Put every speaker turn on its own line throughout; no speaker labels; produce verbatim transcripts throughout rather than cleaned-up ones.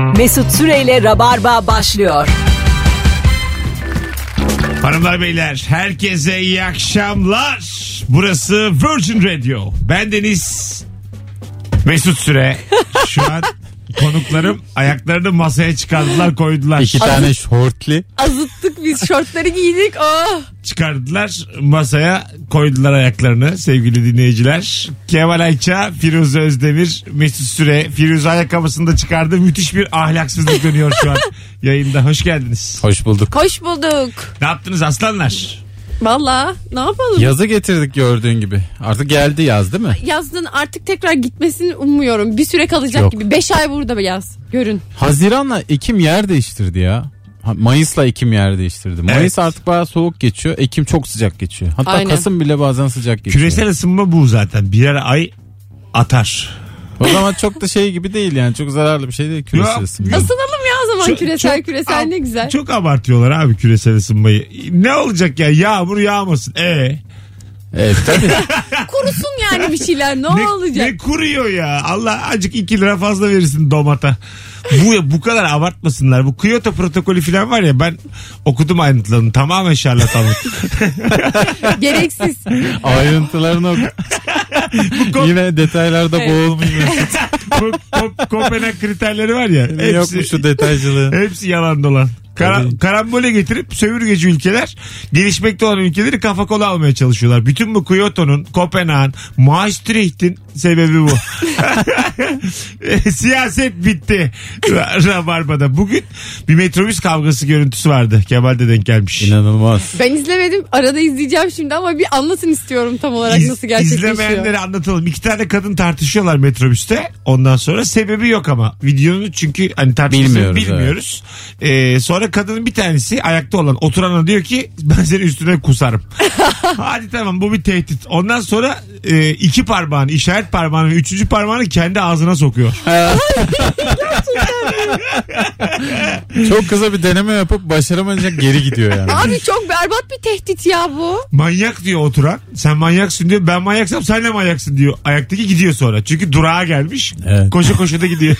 Mesut Süreyle Rabarba başlıyor.
Hanımlar beyler herkese iyi akşamlar. Burası Virgin Radio. Bendeniz Mesut Süre. Şu an konuklarım ayaklarını masaya çıkardılar, koydular.
İki tane şortli.
Azıttık biz, şortları giydik. Oh.
Çıkardılar masaya, koydular ayaklarını sevgili dinleyiciler. Kemal Ayça, Firuze Özdemir, Mesut Süre. Firuze ayakkabısını da çıkardı. Müthiş bir ahlaksızlık dönüyor şu an yayında. Hoş geldiniz.
Hoş bulduk.
Hoş bulduk.
Ne yaptınız aslanlar?
Valla ne yapalım?
Yazı getirdik gördüğün gibi. Artık geldi yaz değil mi?
Yazın artık tekrar gitmesini umuyorum. Bir süre kalacak
Yok.
gibi. Beş ay burada yaz. Görün.
Haziran'la Ekim yer değiştirdi ya. Mayıs'la Ekim yer değiştirdi. Mayıs
Evet.
artık bayağı soğuk geçiyor. Ekim çok sıcak geçiyor. Hatta
Aynen.
Kasım bile bazen sıcak geçiyor.
Küresel ısınma bu zaten. Birer ay atar.
O zaman çok da şey gibi değil yani. Çok zararlı bir şey değil küresel
Yok.
ısınma.
Isınalım ya o zaman,
Çok-
küresel
çok
küresel
ab-
ne güzel.
Çok abartıyorlar abi küresel ısınmayı. Ne olacak ya, yağmur yağmasın. E
Evet tabii.
Kurusun yani bir şeyler, ne,
ne,
olacak?
ne kuruyor ya. Allah azıcık iki lira fazla verirsin domata. Bu bu kadar abartmasınlar. Bu Kyoto protokolü falan var ya, ben okudum ayrıntılarını. Tamamen şarlatanlık.
Gereksiz.
Ayrıntılarını oku.
Ko-
Yine detaylarda
Evet.
boğulmayayım.
Ko- Ko- Kopenhag kriterleri var ya.
Yok mu şu detaycılığı?
Hepsi yalan dolan. Kara,
Tabii.
karambole getirip sömürgeci ülkeler gelişmekte olan ülkeleri kafa kola almaya çalışıyorlar. Bütün bu Kyoto'nun, Kopenhag'ın, Maastricht'in sebebi bu. Siyaset bitti Rabarba'da. Bugün bir metrobüs kavgası görüntüsü vardı. Kemal'de denk gelmiş.
İnanılmaz.
Ben izlemedim. Arada izleyeceğim şimdi ama bir anlatın istiyorum tam olarak
İz-
nasıl gerçekleşiyor.
İzlemeyenlere anlatalım. İki tane kadın tartışıyorlar metrobüste. Ondan sonra sebebi yok ama. Videonun çünkü hani tartışmasını
Bilmiyoruz,
bilmiyoruz. Ee, sonra kadının bir tanesi ayakta olan oturana diyor ki ben senin üstüne kusarım. Hadi tamam, bu bir tehdit. Ondan sonra e, iki parmağını, işaret parmağını ve üçüncü parmağını kendi ağzına sokuyor.
Çok kısa bir deneme yapıp başaramayınca geri gidiyor yani.
Abi çok berbat bir tehdit ya bu.
Manyak diyor oturan. Sen manyaksın diyor. Ben manyaksam sen de manyaksın diyor. Ayaktaki gidiyor sonra. Çünkü durağa gelmiş.
Evet.
Koşa koşa da gidiyor.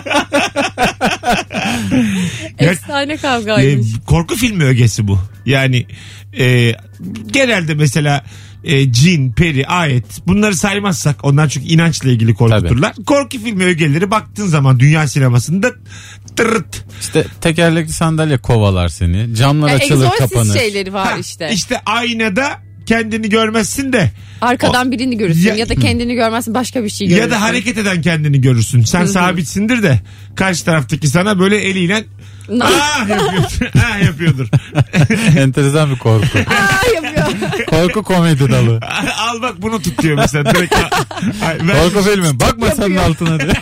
Efsane kavgaymış.
E, korku filmi ögesi bu. Yani e, genelde mesela e, cin, peri, ayet bunları saymazsak, onlar çünkü inançla ilgili korkuturlar. Korku filmi ögeleri baktığın zaman dünya sinemasında tırırt.
İşte tekerlekli sandalye kovalar seni. Camlar
Yani
açılır
egzorsiz
kapanır.
şeyleri var
Ha,
işte.
İşte aynada kendini görmezsin de
Arkadan birini görürsün
Ya-
ya, da kendini görmezsin, başka bir şey görürsün.
ya da hareket eden kendini görürsün. Sen sabitsindir de karşı taraftaki sana böyle eliyle ah yapıyordur. Ah yapıyordur.
Enteresan bir korku.
Aa yapıyor.
Korku komedi dalı.
Al bak bunu tut diyor mesela. Direkt, Ay, ben-
Korku filmi. Bak masanın altına diye.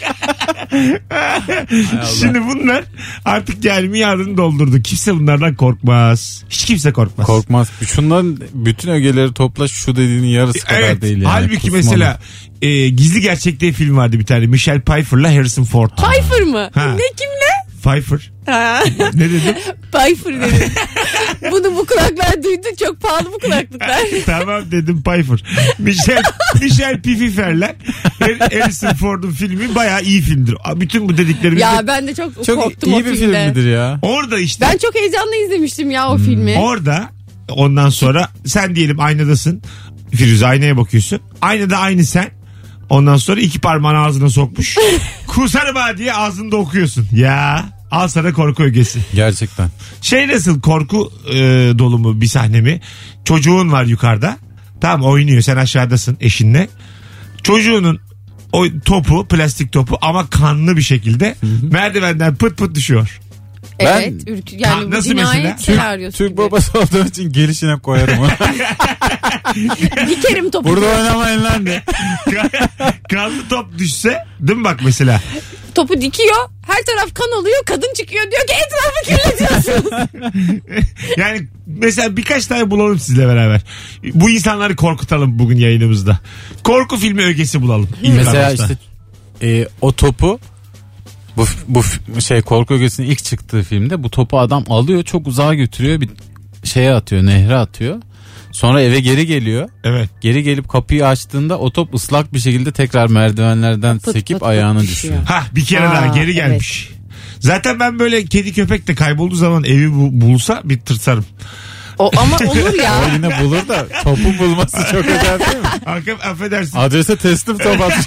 Şimdi bunlar artık yani miadını doldurdu. Kimse bunlardan korkmaz. Hiç kimse korkmaz.
Korkmaz. Şunların bütün ögeleri topla, şu dediğinin yarısı kadar
Evet.
değil yani.
Halbuki
Kusmalı.
mesela e, Gizli Gerçek diye film vardı bir tane. Michelle Pfeiffer'la Harrison Ford.
Pfeiffer mı?
Ha.
Ne, kimle?
Pfeiffer.
Ha.
Ne dedim?
Pfeiffer dedim. Bunu bu kulaklar duydu. Çok pahalı bu kulaklıklar.
Tamam dedim Pfeiffer. Michelle, Michelle Pfeiffer'la Harrison Ford'un filmi bayağı iyi filmdir. Bütün bu dediklerimiz
Ya
de-
ben de çok,
Çok
korktum
iyi
o
bir
filmde.
film midir ya?
orada işte.
Ben çok heyecanla izlemiştim ya o filmi.
Orada ondan sonra sen diyelim aynadasın. Firuze aynaya bakıyorsun. Aynada aynı sen. Ondan sonra iki parmağını ağzına sokmuş. Kusarım ha diye ağzında okuyorsun. Ya al sana korku ögesi.
Gerçekten.
Şey nasıl, korku e, dolu mu bir sahne mi? Çocuğun var yukarıda. Tamam, oynuyor, sen aşağıdasın eşinle. Çocuğunun o topu, plastik topu ama kanlı bir şekilde merdivenden pıt pıt düşüyor.
Evet. Ürk, yani
Ha,
bu
nasıl
cinayet
mesela?
senaryosu
Türk
gibi.
babası olduğu için gelişine koyarım onu.
Dikerim topu.
Burada oynamayın lan diye.
Kanlı top düşse değil mi bak mesela?
Topu dikiyor. Her taraf kan oluyor. Kadın çıkıyor, diyor ki etrafı kirletiyorsunuz.
Yani mesela birkaç tane bulalım sizle beraber. Bu insanları korkutalım bugün yayınımızda. Korku filmi ögesi bulalım. İlk
Mesela
anonsta.
işte e, o topu bu bu şey korku ögesinin ilk çıktığı filmde bu topu adam alıyor, çok uzağa götürüyor, bir şeye atıyor, nehre atıyor. Sonra eve geri geliyor.
Evet.
Geri gelip kapıyı açtığında o top ıslak bir şekilde tekrar merdivenlerden
Pıt
sekip
pıt
ayağına
pıt
düşüyor.
düşüyor.
Ha bir kere
Aa,
daha geri
evet.
gelmiş. Zaten ben böyle kedi köpek de kaybolduğu zaman evi bu- bulsa bir tırsarım.
O, ama olur ya.
O yine bulur da topu bulması çok özel değil mi?
Hakem affedersin.
Adrese teslim top atmış.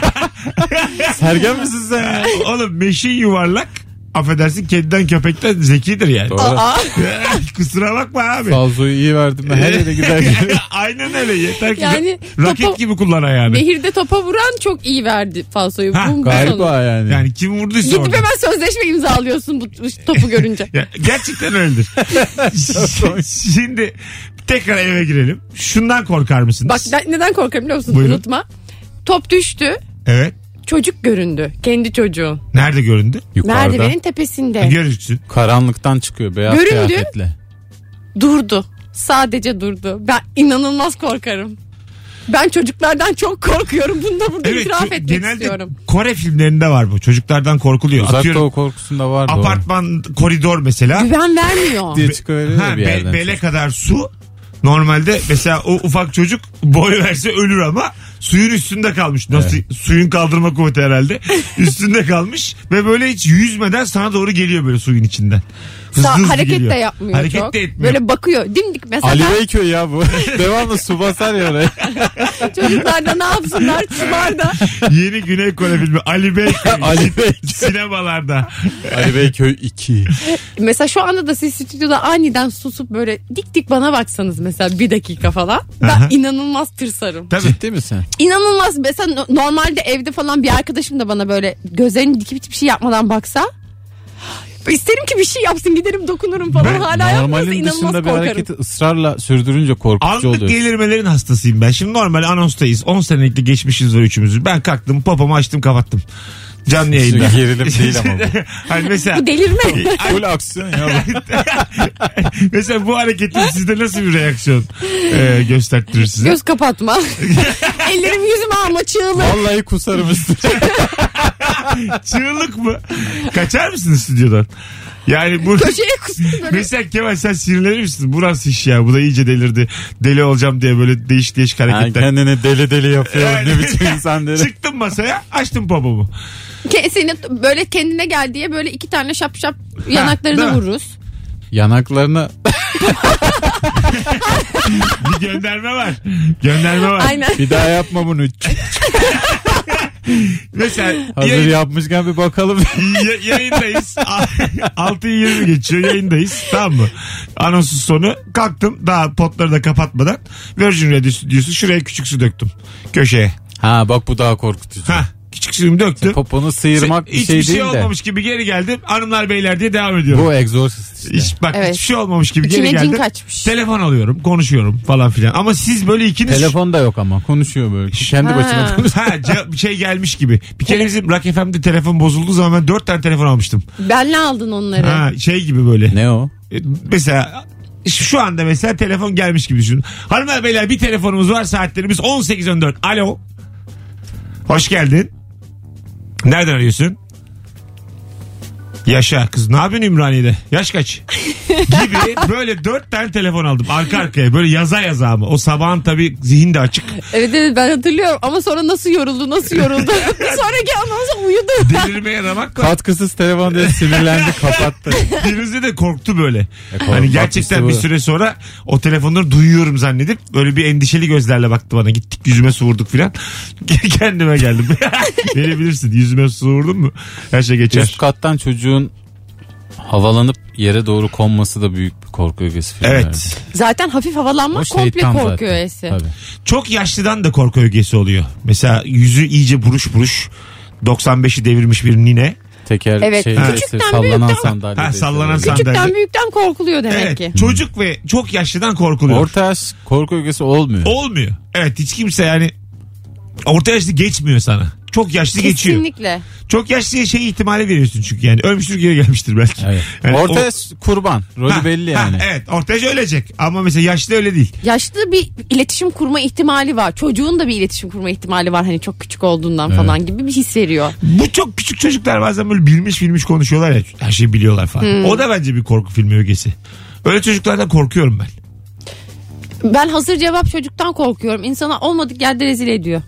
Sergen misin sen ya?
Oğlum meşin yuvarlak. Affedersin kediden köpekten zekidir yani.
Doğru.
Aa,
Kusura bakma abi.
Falsoyu iyi verdim ben her yere gider gibi.
Aynen öyle yeter ki
Yani
raket
topa-
gibi kullan ayağını.
nehirde topa vuran çok iyi verdi falsoyu.
Ha,
Bum,
Galiba yani.
Yani kim vurduysa
Gidip
orada.
hemen sözleşme imzalıyorsun bu topu görünce.
Ya, gerçekten öyledir. Şimdi tekrar eve girelim. Şundan korkar mısınız?
Bak ben neden korkarım biliyor musun?
Buyurun.
Unutma. Top düştü.
Evet.
Çocuk göründü. Kendi çocuğun.
Nerede göründü?
Yukarıda.
Merdivenin tepesinde.
Gözüksün.
Karanlıktan çıkıyor beyaz
Göründü.
kıyafetle.
Durdu. Sadece durdu. Ben inanılmaz korkarım. Ben çocuklardan çok korkuyorum. Bunu da burada
Evet.
itiraf
çok-
etmek
genelde
istiyorum.
Kore filmlerinde var bu. Çocuklardan korkuluyor.
Uzak
Atıyorum,
Doğu korkusunda var doğru.
apartman, koridor mesela.
Güven vermiyor.
diye çıkıveriyor
Ha,
ya bir
be-
yerden.
bele kadar su. Normalde mesela o ufak çocuk boy verse ölür ama suyun üstünde kalmış. Nasıl suyun kaldırma kuvveti herhalde. Üstünde kalmış ve böyle hiç yüzmeden sana doğru geliyor böyle suyun içinden. Hızlı
Sa-
hızlı
hareket
geliyor.
de yapmıyor
Hareket
çok.
de etmiyor.
Böyle bakıyor. Dimdik mesela.
Ali Beyköy ya bu. Devamlı su basar ya oraya.
Çocuklar da ne yapsınlar? Sular da.
Yeni Güney Kore filmi Ali Bey
Ali Bey.
sinemalarda.
Ali Beyköy iki.
Mesela şu anda da siz stüdyoda aniden susup böyle dik dik bana baksanız mesela bir dakika falan. Ben
Aha.
inanılmaz tırsarım.
Tabii.
Ciddi misin?
İnanılmaz. Mesela no- normalde evde falan bir arkadaşım da bana böyle gözlerini dikip hiçbir şey yapmadan baksa. İsterim ki bir şey yapsın, giderim dokunurum falan.
Ben
Hala yapmazsa
Normalin
inanılmaz
dışında bir
korkarım.
hareketi ısrarla sürdürünce korkutucu
Anlık
oluyor.
delirmelerin hastasıyım ben. Şimdi normal anonstayız. on senelikli geçmişiz var üçümüz. Ben kalktım popomu açtım kapattım. Canlı yayında.
Gerilim değil ama bu.
Hani mesela
Bu delirme.
Full aksiyon ya bu.
mesela bu hareketin sizde nasıl bir reaksiyon e, göstertirir size?
Göz kapatma. Ellerim yüzüme alma, çığlık.
Vallahi kusarım üstüne.
Çığlık mı? Kaçar mısınız stüdyodan? Yani bu
Köşeye kustum böyle.
mesela Kemal sen sinirlenir misin? Bu nasıl iş ya? Bu da iyice delirdi. Deli olacağım diye böyle değişik değişik
Yani
hareketler.
kendini deli deli yapıyor.
Yani-
Ne biçim insan dedi.
Çıktım masaya açtım popomu.
Ke- Seni böyle kendine gel diye böyle iki tane şap şap
değil
yanaklarına
mi?
vururuz.
Yanaklarına
Bir gönderme var. Gönderme var.
Aynen.
bir daha yapma bunu.
Mesela
Hazır
yayın-
yapmışken bir bakalım.
Ya- yayındayız. altı yirmi geçiyor yayındayız. Tamam mı? Anonsun sonu kalktım daha potları da kapatmadan Virgin Radio stüdyosu şuraya küçük su döktüm. Köşeye.
Ha bak bu daha korkutucu.
Ha küçük suyumu döktüm.
Poponu sıyırmak bir
Hiçbir
şey
şey,
değil de.
olmamış gibi geri geldim. Hanımlar beyler diye devam ediyorum.
Bu egzorsist işte.
Hiç, bak
Evet.
hiçbir şey olmamış gibi
İçine
geri
cin
geldim.
kaçmış.
Telefon alıyorum konuşuyorum falan filan. Ama siz böyle ikiniz...
Telefon da yok ama konuşuyor böyle. Kendi
Ha.
başına konuşuyor.
Ha ce- şey gelmiş gibi. Bir kere bizim Rock F M'de telefon bozulduğu zaman ben dört tane telefon almıştım.
Benle aldın onları.
Ha şey gibi böyle.
Ne o?
E, Mesela şu anda mesela telefon gelmiş gibi düşünün. Hanımlar beyler bir telefonumuz var saatlerimiz on sekiz on dört. Alo. Hoş geldin. Nereden arıyorsun? Yaşa kız ne yapıyorsun Ümraniye'de? Yaş kaç? Gibi böyle dört tane telefon aldım arka arkaya böyle yaza yaza ama. O sabahın tabii zihin de açık.
Evet evet ben hatırlıyorum ama sonra nasıl yoruldu nasıl yoruldu. Sonraki anonsa uyudu.
Delirmeye ramak var.
Katkısız telefon diye sinirlendi kapattı.
Firuze de korktu böyle.
kork-
Hani gerçekten
bak
bir
işte bu.
süre sonra o telefonları duyuyorum zannedip böyle bir endişeli gözlerle baktı bana. Gittik yüzüme su vurduk filan. Kendime geldim. Beni bilirsin yüzüme su vurdun mu her şey geçer.
Üst kattan çocuğun havalanıp yere doğru konması da büyük bir korku ögesi filmlerde.
Evet.
Zaten hafif
O
havalanmak komple
şeytan
korku
zaten.
öğesi.
Tabii.
Çok yaşlıdan da korku ögesi oluyor. Mesela yüzü iyice buruş buruş doksan beşi devirmiş bir nine.
Teker
Evet,
şey,
küçükten
sallanan
büyükten-
sandalye.
Ha, sallanan
dedi.
sandalye.
Küçükten büyükten korkuluyor demek
Evet
ki.
çocuk ve çok yaşlıdan korkuluyor.
Orta yaş korku ögesi olmuyor.
Olmuyor. Evet hiç kimse yani orta yaşlı geçmiyor sana. Çok yaşlı geçiyor.
Kesinlikle.
Çok yaşlıya şey ihtimali veriyorsun çünkü yani. Ölmüştür geri gelmiştir belki.
Evet.
Yani
Orta
o-
yaş kurban. Rolü
Ha,
belli
ha,
yani.
evet orta yaş ölecek ama mesela yaşlı öyle değil.
Yaşlı bir iletişim kurma ihtimali var. Çocuğun da bir iletişim kurma ihtimali var. Hani çok küçük olduğundan falan gibi bir his veriyor.
Bu çok küçük çocuklar bazen böyle bilmiş bilmiş konuşuyorlar ya. Her şeyi biliyorlar falan.
Hmm.
O da bence bir korku filmi ögesi. Öyle çocuklardan korkuyorum ben.
Ben hazır cevap çocuktan korkuyorum. İnsana olmadık yerde rezil ediyor.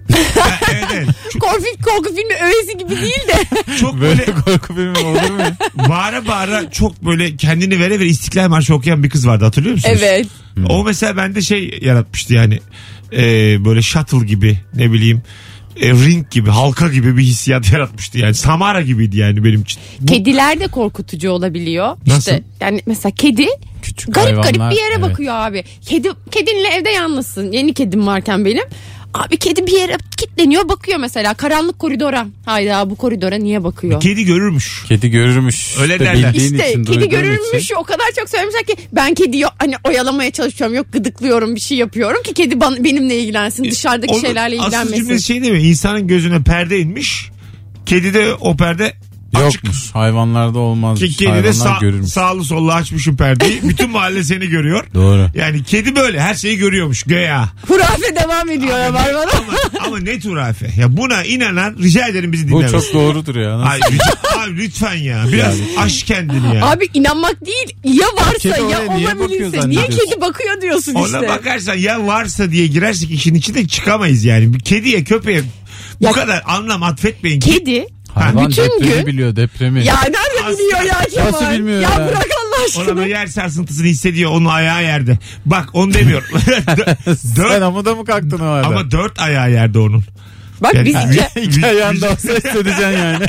Ha, evet, evet. Çok,
Korku, korku filmi öğesi gibi değil de.
çok
Böyle
böyle
korku filmi olur mu?
bağıra bağıra çok böyle kendini vere vere İstiklal Marşı okuyan bir kız vardı, hatırlıyor musunuz?
Evet.
O mesela bende şey yaratmıştı yani. Ee, böyle shuttle gibi, ne bileyim e, ring gibi, halka gibi bir hissiyat yaratmıştı yani. Samara gibiydi yani benim için. Bu-
Kediler de korkutucu olabiliyor.
Nasıl?
İşte yani mesela kedi
Küçük
garip garip
hayvanlar,
bir yere
evet.
bakıyor abi. Kedi kedinle evde yalnızsın. Yeni kedim varken benim. Abi kedi bir yere kilitleniyor, bakıyor mesela karanlık koridora. Hayda, bu koridora niye bakıyor?
Kedi görürmüş.
Kedi görürmüş.
Öyle
İşte
derler.
bildiğin
İşte
için,
kedi
duyduğun
görürmüş,
için.
o kadar çok söylemişler ki ben kediyi hani oyalamaya çalışıyorum, yok gıdıklıyorum, bir şey yapıyorum ki kedi bana, benimle ilgilensin, dışarıdaki
Onun
şeylerle
asıl
ilgilenmesin.
cümlesi şey değil mi? İnsanın gözüne perde inmiş. Kedi de o perde açık.
Yokmuş. Hayvanlarda olmaz.
Ki kedi de
Hayvanlar
sağ,
görürmüş.
sağlı sollu açmışım perdeyi. Bütün mahalle seni görüyor.
Doğru.
Yani kedi böyle her şeyi görüyormuş göya.
Hurafe devam ediyor ya var bana.
ama, ama ne hurafe. Ya buna inanan rica ederim bizi
Bu
dinlemesin.
çok doğrudur ya. Nasıl?
Ay, lütfen, abi lütfen ya. Biraz aş kendini ya.
Abi inanmak değil, ya varsa
Kedi
ya
oraya niye bakıyor
olabilirse. Niye
zannediyorsun?
kedi bakıyor diyorsun
Ona
işte.
bakarsan ya varsa diye girersek işin içine çıkamayız yani. Bir kediye köpeğe bu
Ya-
kadar anlam atfetmeyin.
Kedi
Hayvan
bütün
depremi
gün-
biliyor depremi.
ya nerede biliyor ya Kemal?
Nasıl bilmiyor
ya?
ya?
bırak Allah aşkına.
Ona da yer sarsıntısını hissediyor. Onun ayağı yerde. Bak onu demiyorum.
Sen
dört,
amuda mı kalktın o arada?
ama dört ayağı yerde onun.
Bak
Yani-
biz
Yani-
İki ayağında olsa hissedeceksin yani.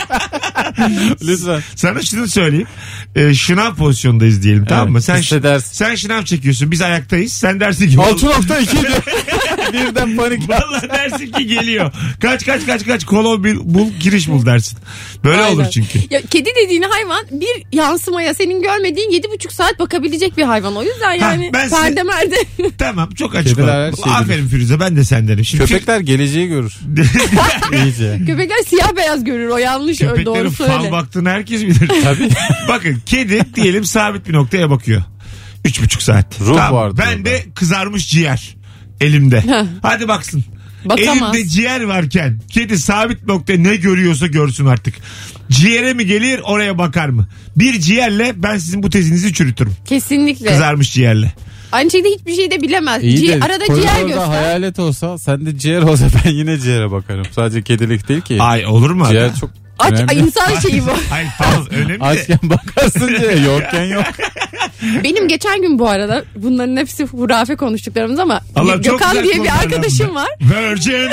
Lütfen.
Sana şunu söyleyeyim. Ee, şınav pozisyondayız diyelim, tamam mı? Sen,
hissedersin.
sen şınav çekiyorsun. Biz ayaktayız. Sen dersin ki
altı nokta iki birden panik.
vallahi dersin ki geliyor. Kaç kaç kaç kaç kolon bil, bul giriş bul dersin. Böyle
Aynen.
olur çünkü.
Ya, kedi dediğin hayvan bir yansımaya senin görmediğin yedi buçuk saat bakabilecek bir hayvan. O yüzden yani
ben size-
perde merde.
Tamam, çok açık
Kediler
ol.
her şeyi
Aferin Firuze, ben de sendenim. Şimdi
Köpekler geleceği görür. İyice.
Köpekler siyah beyaz görür, o yanlış, öyle
köpeklerin
doğru
fal
söyle.
baktığını herkes bilir.
Tabii.
Bakın kedi diyelim sabit bir noktaya bakıyor. Üç buçuk saat.
Ruh
Tamam,
vardır
ben
orada.
de kızarmış ciğer elimde. Hadi baksın.
Bakamaz.
Elimde ciğer varken kedi sabit noktaya ne görüyorsa görsün artık. Ciğere mi gelir, oraya bakar mı? Bir ciğerle ben sizin bu tezinizi çürütürüm.
Kesinlikle.
Kızarmış ciğerle.
Aynı şekilde hiçbir şey de bilemez.
İyi
Ci-
de
arada ciğer
koridorda
göster.
hayalet olsa sen de ciğer olsa ben yine ciğere bakarım. Sadece kedilik değil ki.
Ay olur mu?
Ciğer
abi?
çok
Aç,
önemli.
ay, insan şeyi bu.
Ay tamam, önemli de.
Açken bakarsın ciğer, yokken yok.
Benim geçen gün bu arada bunların hepsi hurafe konuştuklarımız ama
Allah, çok
Gökhan
güzel
diye bir
konulardan
arkadaşım
bunlar.
var.
Virgin.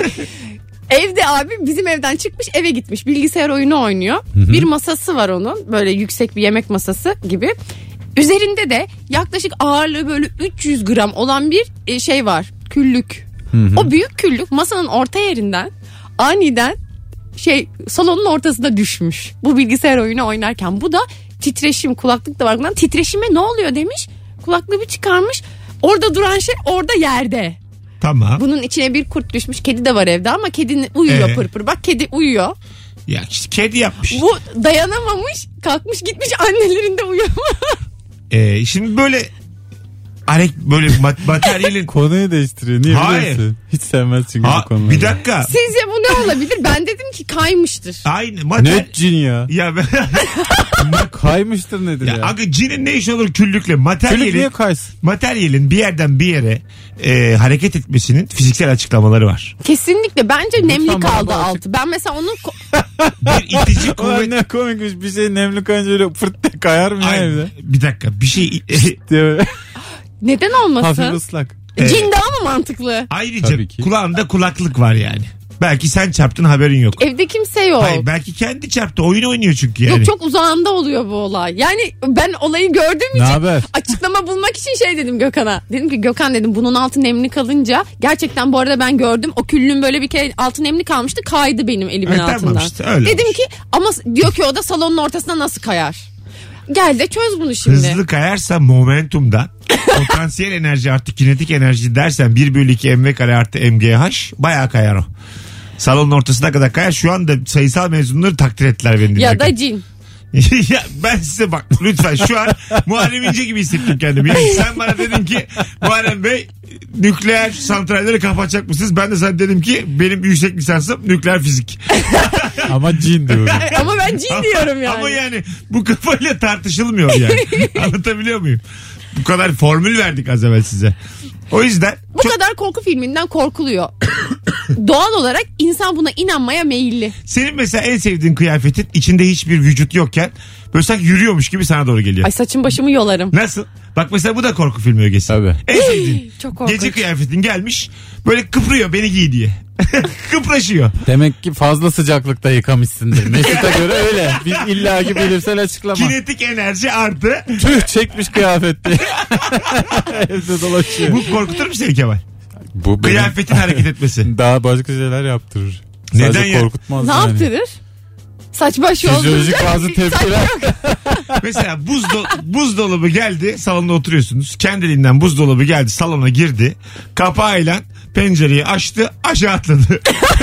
Evde abi bizim evden çıkmış, eve gitmiş, bilgisayar oyunu oynuyor. Bir masası var onun, böyle yüksek bir yemek masası gibi. Üzerinde de yaklaşık ağırlığı böyle üç yüz gram olan bir e, şey var, küllük. O büyük küllük masanın orta yerinden aniden şey salonun ortasına düşmüş. Bu bilgisayar oyunu oynarken. Bu da titreşim, kulaklık da var. Bundan titreşime ne oluyor demiş. Kulaklığı bir çıkarmış. Orada duran şey orada yerde.
Tamam.
Bunun içine bir kurt düşmüş. Kedi de var evde ama kedi uyuyor
Ee?
pır pır. Bak kedi uyuyor.
Ya işte kedi yapmış.
Bu dayanamamış, kalkmış gitmiş annelerinde uyuyor.
Ee, şimdi böyle harek böyle mat- materyalin
Konuyu değiştiriyor. Niye
Hayır.
biliyorsun? Hiç sevmez çünkü
ha,
bu konuları.
bir dakika.
Sizce bu ne olabilir? Ben dedim ki kaymıştır.
Aynı mater...
Ne cin ya?
Ya ben...
Kaymıştır nedir
ya
ya?
aga, cinin ne işi olur küllükle?
Çocuk
Materyalin,
niye kaysın?
materyalin bir yerden bir yere e, hareket etmesinin fiziksel açıklamaları var.
Kesinlikle bence nemli
bana
kaldı
bak.
altı. Ben mesela onun ko-
Bir itici
Ulan
kuvvet...
ne komikmiş, bir şey nemli kayınca öyle fırt diye kayar mı ya
Ay,
evde?
bir dakika bir şey...
Diye böyle
neden
hafif
olmasın?
ıslak.
Cin daha mı mantıklı?
Ayrıca
Tabii ki.
kulağında kulaklık var yani. Belki sen çarptın, haberin yok.
Evde kimse yok.
Hayır, belki kendi çarptı, oyun oynuyor çünkü yani.
Yok, çok uzağında oluyor bu olay. Yani ben olayı gördüğüm
Ne
için
haber?
açıklama bulmak için şey dedim Gökhan'a. Dedim ki Gökhan dedim bunun altı nemli kalınca gerçekten bu arada ben gördüm. O küllüğün böyle bir kere altı nemli kalmıştı, kaydı benim elimin
Evet, tamam
altından.
işte, öyle
dedim
olmuş.
ki ama diyor ki o da salonun ortasına nasıl kayar? Gel de çöz bunu şimdi.
Hızlı kayarsa momentumdan potansiyel enerji artı kinetik enerji dersen bir bölü iki mv kare artı mgh bayağı kayar o. Salonun ortasına kadar kayar. Şu anda sayısal mezunları takdir ettiler beni.
Ya
dinlerken.
da cin.
Ya ben size bak lütfen, şu an Muharrem İnce gibi hissettim kendimi. Yani sen bana dedin ki Muharrem Bey nükleer santralleri kapatacak mısınız? Ben de sana dedim ki benim yüksek lisansım nükleer fizik.
Ama cin diyorum.
Ama ben cin diyorum yani.
Ama yani bu kafayla tartışılmıyor yani. Anlatabiliyor muyum? Bu kadar formül verdik az evvel size. O yüzden
Bu
çok-
kadar korku filminden korkuluyor. Doğal olarak insan buna inanmaya meyilli.
senin mesela en sevdiğin kıyafetin içinde hiçbir vücut yokken böyle sanki yürüyormuş gibi sana doğru geliyor.
Ay saçım başımı yolarım.
Nasıl? Bak mesela bu da korku filmi ögesi.
Tabii.
En sevdiğin.
Çok korkunç.
Gece kıyafetin gelmiş böyle kıpırıyor beni giy diye. Kıpraşıyor.
Demek ki fazla sıcaklıkta yıkamışsındır. Mesut'a göre öyle. Bir illaki bilimsel açıklama.
Kinetik enerji artı.
Tüh çekmiş kıyafetti. Evde dolaşıyor.
Bu korkutur mu seni Kemal?
Bu benim-
Kıyafetin hareket etmesi.
Daha başka şeyler yaptırır.
Neden
Sadece
ya?
korkutmaz
Ne
yani.
yaptırır? Saç baş
Fizyolojik
yolduracak.
bazı tepkiler.
Mesela buzdo buzdolabı geldi, salonda oturuyorsunuz. Kendiliğinden buzdolabı geldi, salona girdi. Kapağıyla pencereyi açtı, aşağı atladı.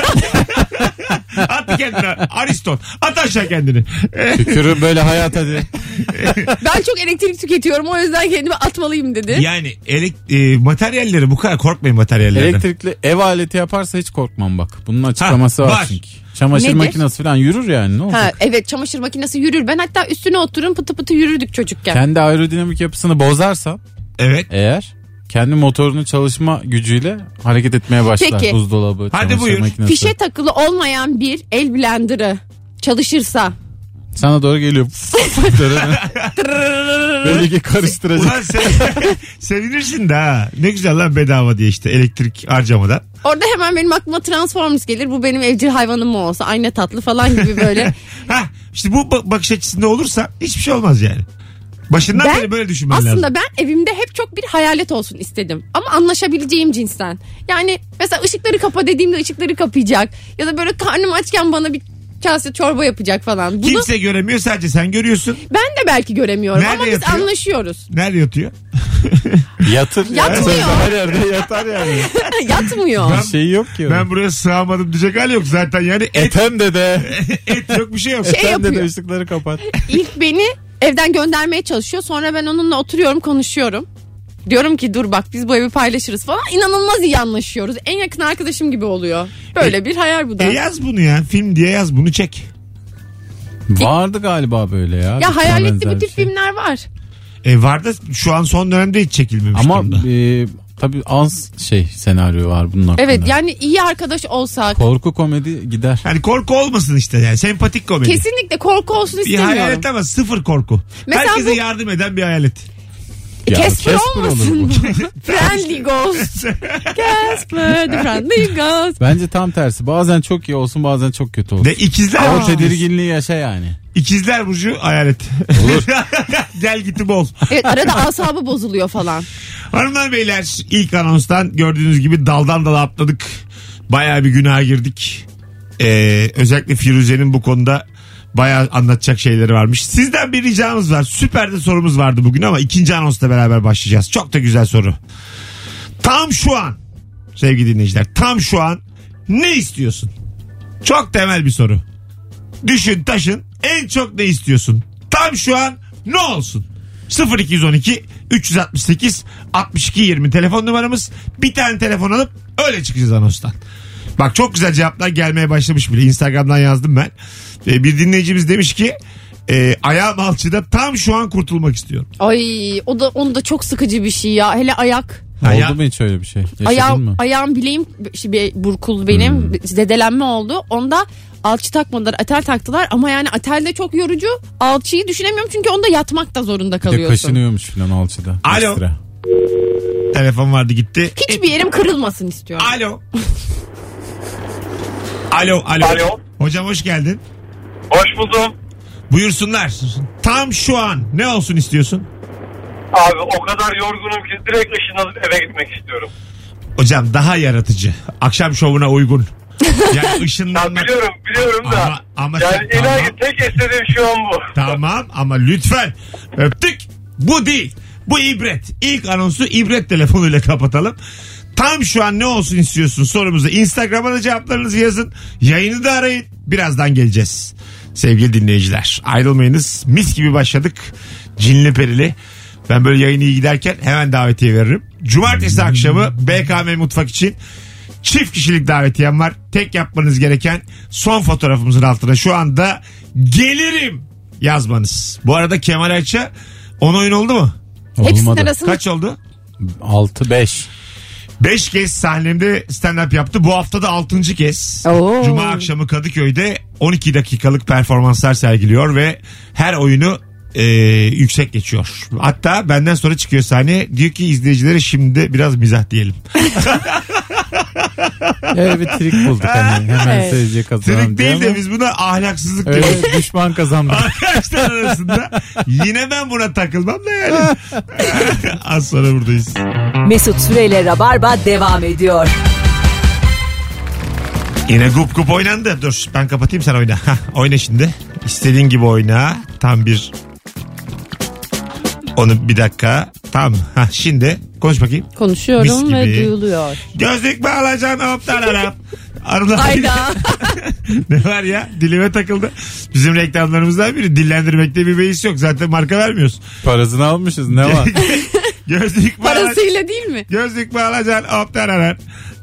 Attı kendini. Ariston. At aşağı kendini.
Tükürün böyle hayat hadi.
Ben çok elektrik tüketiyorum o yüzden kendimi atmalıyım dedi.
Yani elek- e, materyalleri bu kadar korkmayın materyallerden.
Elektrikli ev aleti yaparsa hiç korkmam bak. Bunun açıklaması
Ha,
var,
var.
çünkü. Çamaşır
Nedir?
makinesi falan yürür yani, ne olacak?
Ha, evet çamaşır makinesi yürür. Ben hatta üstüne oturun pıtı pıtı yürürdük çocukken.
Kendi aerodinamik yapısını bozarsa
Evet.
eğer kendi motorunun çalışma gücüyle hareket etmeye başlar.
Peki.
Buzdolabı,
Hadi
çamaşır
buyur.
makinesi.
Fişe takılı olmayan bir el blenderı çalışırsa.
Sana doğru geliyor. Belli ki karıştıracak.
Ulan sen, sevinirsin de ha. Ne güzel lan bedava diye işte elektrik harcamadan.
Orada hemen benim aklıma Transformers gelir. Bu benim evcil hayvanım mı olsa aynı tatlı falan gibi böyle.
Ha işte bu bak- bakış açısında olursa hiçbir şey olmaz yani. Başından
Ben
beri böyle düşünmen
aslında
lazım.
ben evimde hep çok bir hayalet olsun istedim. Ama anlaşabileceğim cinsten. Yani mesela ışıkları kapa dediğimde ışıkları kapayacak. Ya da böyle karnım açken bana bir kase çorba yapacak falan. Bunu
Kimse göremiyor, sadece sen görüyorsun.
ben de belki göremiyorum
Nerede
ama biz
yatıyor?
anlaşıyoruz.
Nerede yatıyor?
Yatır. ya.
Yatmıyor.
Her yerde yatar yani.
Yatmıyor.
Ben-
Bir şey yok ki.
Ben buraya sığamadım diyecek hal yok zaten yani et,
Etem dede.
et yok bir şey yok.
Şey
Etem dede
yapıyor.
ışıkları kapat.
İlk beni evden göndermeye çalışıyor. Sonra ben onunla oturuyorum konuşuyorum. Diyorum ki dur bak biz bu evi paylaşırız falan. İnanılmaz iyi anlaşıyoruz. En yakın arkadaşım gibi oluyor. Böyle bir hayal bu da.
E yaz bunu ya, film diye yaz bunu, çek.
Vardı galiba böyle ya.
Ya
Bir
hayaletli
benzer
bu
bir
tip
şey.
filmler var.
E var da şu an son dönemde hiç çekilmemiş
Ama
durumda.
e, tabii az şey senaryo var bunun hakkında.
Evet yani iyi arkadaş olsak.
Korku komedi gider.
Hani korku olmasın işte yani, sempatik komedi.
Kesinlikle korku olsun
Bir
istemiyorum.
hayalet ama sıfır korku.
Mesela
Herkese
bu-
yardım eden bir hayalet.
Ya,
Casper
Casper
olmasın
olur
mı?
bu.
Friendly Ghost. Casper the Friendly Ghost.
Bence tam tersi. Bazen çok iyi olsun, bazen çok kötü olsun.
De ikizler
O
Burcu.
tedirginliği yaşa yani.
İkizler Burcu hayalet.
Olur.
Gel gitti bol.
Evet arada asabı bozuluyor falan.
Hanımlar beyler, ilk anonstan gördüğünüz gibi daldan dala atladık. Bayağı bir günaha girdik. Ee, özellikle Firuze'nin bu konuda bayağı anlatacak şeyleri varmış. Sizden bir ricamız var. Süper de sorumuz vardı bugün ama ikinci anonsla beraber başlayacağız. Çok da güzel soru. Tam şu an sevgili dinleyiciler, tam şu an ne istiyorsun? Çok temel bir soru. Düşün taşın, en çok ne istiyorsun? Tam şu an ne olsun? sıfır iki on iki üç altı sekiz altmış iki yirmi telefon numaramız. Bir tane telefon alıp öyle çıkacağız anonstan. Bak çok güzel cevaplar gelmeye başlamış bile. Instagram'dan yazdım ben. Ee, bir dinleyicimiz demiş ki e, ayağım alçıda, tam şu an kurtulmak istiyorum.
Ay o da onu da çok sıkıcı bir şey ya. Hele ayak.
Aya-
Oldu mu hiç öyle bir şey? Yaşadın
Ayağım,
mı?
ayağım bileğim bir burkul benim.
Hmm.
Zedelenme oldu. Onda alçı takmadılar, atel taktılar ama yani atel de çok yorucu. Alçıyı düşünemiyorum çünkü onda yatmak da zorunda
Bir de
kalıyorsun.
kaşınıyormuş falan alçıda.
Alo.
Ekstra.
Telefon vardı gitti.
Hiçbir yerim kırılmasın istiyorum.
Alo. Alo, alo.
Alo.
Hocam hoş geldin.
Hoş buldum.
Buyursunlar. Tam şu an ne olsun istiyorsun?
Abi o kadar yorgunum ki direkt ışınlanıp eve gitmek istiyorum.
Hocam daha yaratıcı. Akşam şovuna uygun. Yani
Ya
ışınlanmak.
biliyorum biliyorum da.
Ama- ama
yani
sen-
ilahi
tamam.
tek istediğim şu an bu.
Tamam ama lütfen. Öptük. Bu değil. Bu ibret. İlk anonsu ibret telefonuyla kapatalım. Tam şu an ne olsun istiyorsun sorumuza. Instagram'a da cevaplarınızı yazın. Yayını da arayın. Birazdan geleceğiz. Sevgili dinleyiciler, ayrılmayınız. Mis gibi başladık. Cinli perili. Ben böyle yayını iyi giderken hemen davetiye veririm. Cumartesi akşamı B K M Mutfak için çift kişilik davetiyem var. Tek yapmanız gereken son fotoğrafımızın altına şu anda gelirim yazmanız. Bu arada Kemal Ayça on oyun oldu mu?
Hepsinin
Olmadı.
arasında
Kaç oldu?
altı beş.
Beş kez sahnemde stand-up yaptı. Bu hafta da altıncı kez.
Oo.
Cuma akşamı Kadıköy'de on iki dakikalık performanslar sergiliyor ve her oyunu e, yüksek geçiyor. Hatta benden sonra çıkıyor sahneye. Diyor ki izleyicilere şimdi biraz mizah diyelim.
Öyle bir trik bulduk hani hemen
Evet.
seyirciye katılalım
Trik
diye
değil de
ama
biz buna ahlaksızlık diyoruz.
öyle düşman kazandı.
Arkadaşlar arasında yine ben buna takılmam da yani. Az sonra buradayız.
Mesut Süreyle Rabarba devam ediyor.
Yine gup gup oynandı. Dur ben kapatayım sen oyna. Hah, oyna şimdi. İstediğin gibi oyna. Tam bir... Onu bir dakika. Tamam. Hah, şimdi konuş bakayım. Mis
Konuşuyorum
gibi.
ve duyuluyor.
Gözlük mü alacaksın? Hop tararap. Arada
Hayda.
ne var ya? Dilime takıldı. Bizim reklamlarımızdan biri dillendirmekte bir beis yok. Zaten marka vermiyoruz.
Parasını almışız ne var?
Gözlük mü alacaksın?
Parasıyla değil mi?
Gözlük mü alacaksın? Hop tararap.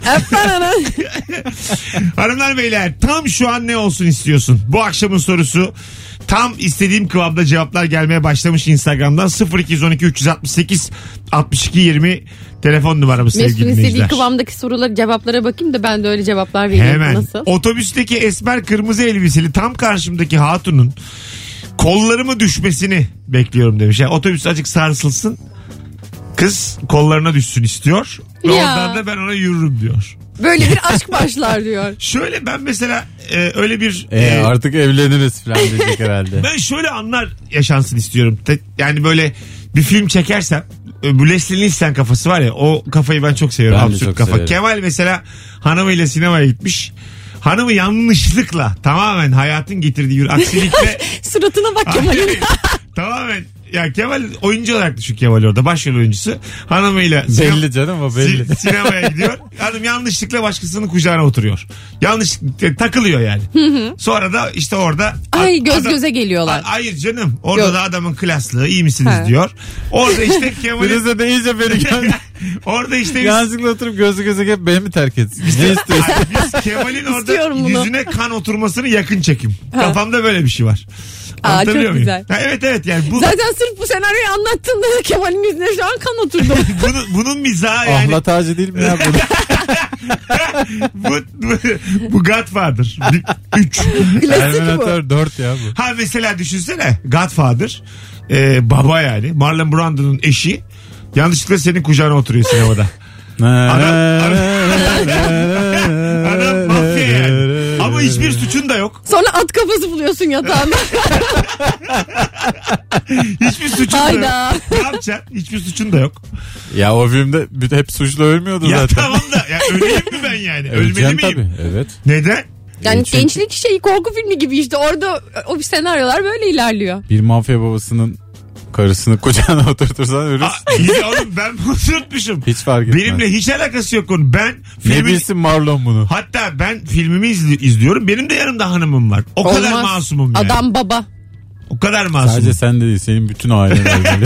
Hanımlar beyler tam şu an ne olsun istiyorsun? Bu akşamın sorusu tam istediğim kıvamda cevaplar gelmeye başlamış Instagram'dan sıfır iki on iki üç altı sekiz altmış iki yirmi telefon numaramız sevgili
Mesut'un istediği
dinleyiciler.
kıvamdaki soruları cevaplara bakayım da ben de öyle cevaplar vereyim.
Hemen
Nasıl?
otobüsteki esmer kırmızı elbiseli tam karşımdaki hatunun kollarımı düşmesini bekliyorum demiş. Yani otobüs azıcık sarsılsın kız kollarına düşsün istiyor. Ve
Ya.
oradan da ben ona yürürüm diyor.
Böyle bir aşk başlar diyor.
Şöyle ben mesela e, öyle bir
E,
e,
artık evleniriz falan diyecek herhalde.
ben şöyle anlar yaşansın istiyorum. Te- Yani böyle bir film çekersem e, bu Leslie Nielsen kafası var ya o kafayı ben çok seviyorum.
Ben de
Absürt
çok
kafa.
severim.
Kemal mesela hanımıyla sinemaya gitmiş. Hanımı yanlışlıkla tamamen hayatın getirdiği bir aksilikle
Suratına bak Kemal'in.
tamamen ya Kemal oyuncu olarak düşün Kemal orada başrol oyuncusu. Hanımıyla
Belli canım o belli.
Si- sinemaya gidiyor. Hanım yanlışlıkla başkasının kucağına oturuyor. Yanlış e, takılıyor yani. Sonra da işte orada
Ay göz
adam-
göze geliyorlar.
A- Hayır canım. Orada
Yok.
da adamın klaslığı iyi misiniz
Ha.
diyor. Orada işte Kemal'in
Birisi de iyice beni gö-
orada işte biz,
yanlışlıkla oturup gözü gözü gelip beni mi terk etsin? Ne istiyorsun?
Ay, biz Kemal'in orada
İstiyorum bunu.
yüzüne kan oturmasını yakın çekim. Kafamda böyle bir şey var.
Aa,
Anlatabiliyor
çok
muyum?
güzel.
Ha, evet evet yani bu
Zaten sırf bu senaryoyu anlattığında da Kemal'in yüzüne şu an kan oturdu.
bunun, bunun mizahı yani
Ahlat ağacı değil mi ya bu?
bu, bu, bu Godfather. Bir- Üç.
Klasik bu.
Terminator dört ya bu.
Ha mesela düşünsene Godfather e, baba yani Marlon Brando'nun eşi yanlışlıkla senin kucağına oturuyor sinemada. Adam mafya yani. Ama hiçbir suçun da yok.
Sonra at kafası buluyorsun yatağında.
Hiçbir suçun da
Hayda.
yok. Ne yapacaksın? Hiçbir suçun da yok.
Ya o filmde bir- hep suçlu ölmüyordu
Ya
zaten.
tamam da ya öleyim mi ben yani? Ölmeli
Öleceğim
miyim?
tabii. Evet.
Neden?
Yani
Çünkü-
gençlik şeyi korku filmi gibi işte orada o senaryolar böyle ilerliyor.
Bir mafya babasının karısını kucağına oturtursan ölürsün.
Aa, iyi de oğlum ben bunu unutmuşum.
Hiç fark etmez.
Benimle hiç alakası yok onun. Ben
Ne
filmin...
bilsin Marlon bunu?
Hatta ben filmimi izli- izliyorum. Benim de yanımda hanımım var. O kadar
Olmaz.
masumum yani.
Adam baba.
O kadar masumum.
Sadece sen de değil senin bütün ailen öyle.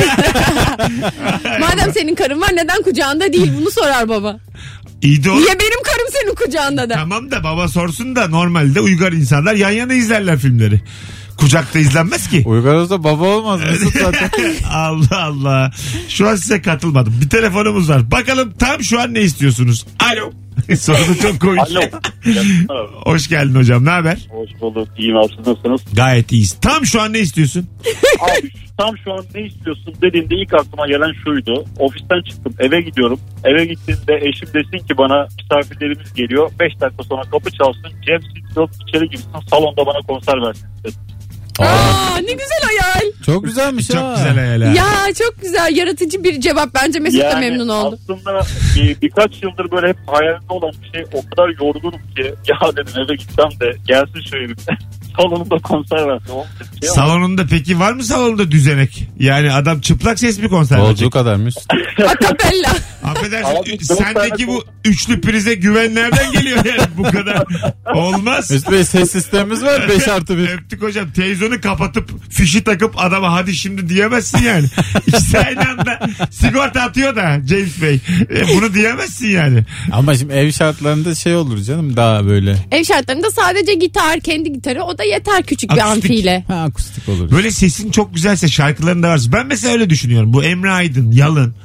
Madem senin karın var neden kucağında değil bunu sorar baba.
İyi de o-
Niye benim karım senin kucağında da?
Tamam da baba sorsun da normalde uygar insanlar yan yana izlerler filmleri. Kucakta izlenmez ki.
Uygar olsa baba olmaz Mesut zaten.
Allah Allah. Şu an size katılmadım. Bir telefonumuz var. Bakalım tam şu an ne istiyorsunuz? Alo. Soru çok komik.
Alo.
Hoş geldin hocam. Ne haber?
Hoş bulduk. İyiyim abi, siz nasılsınız?
Gayet iyiyiz. Tam şu an ne istiyorsun?
Abi tam şu an ne istiyorsun dediğinde ilk aklıma gelen şuydu. Ofisten çıktım eve gidiyorum. Eve gittiğimde eşim desin ki bana misafirlerimiz geliyor. beş dakika sonra kapı çalsın. Cem Sitloff içeri girsin salonda bana konser versin dedi.
Aa ne güzel hayal.
Çok güzelmiş
Çok
ha.
güzel hayal ha.
Ya çok güzel yaratıcı bir cevap bence Mesut da memnun oldu.
Aslında bir, birkaç yıldır böyle hep hayalimde olan bir şey. O kadar yorgunum ki ya dedim eve gitsem de gelsin şu herif. Salonunda konser versin. O bir şey ama-
Salonunda peki var mı salonunda düzenek? Yani adam çıplak ses mi konser
Olduğu
verecek?
kadar Mesut.
Akapella.
Affedersin
Abi, dört
sendeki
tane
bu üçlü prize güven nereden geliyor yani bu kadar? Olmaz.
Mesut Bey ses sistemimiz var beş artı bir.
Öptük hocam. Televizyonu kapatıp fişi takıp adama hadi şimdi diyemezsin yani. İkisi aynı anda sigorta atıyor da James Bey. E, bunu diyemezsin yani.
Ama şimdi ev şartlarında şey olur canım daha böyle.
Ev şartlarında sadece gitar, kendi gitarı o da yeter küçük bir
Akustik.
amfiyle.
Ha akustik olur.
Böyle sesin çok güzelse şarkıların da varsa. Ben mesela öyle düşünüyorum. Bu Emre Aydın, Yalın.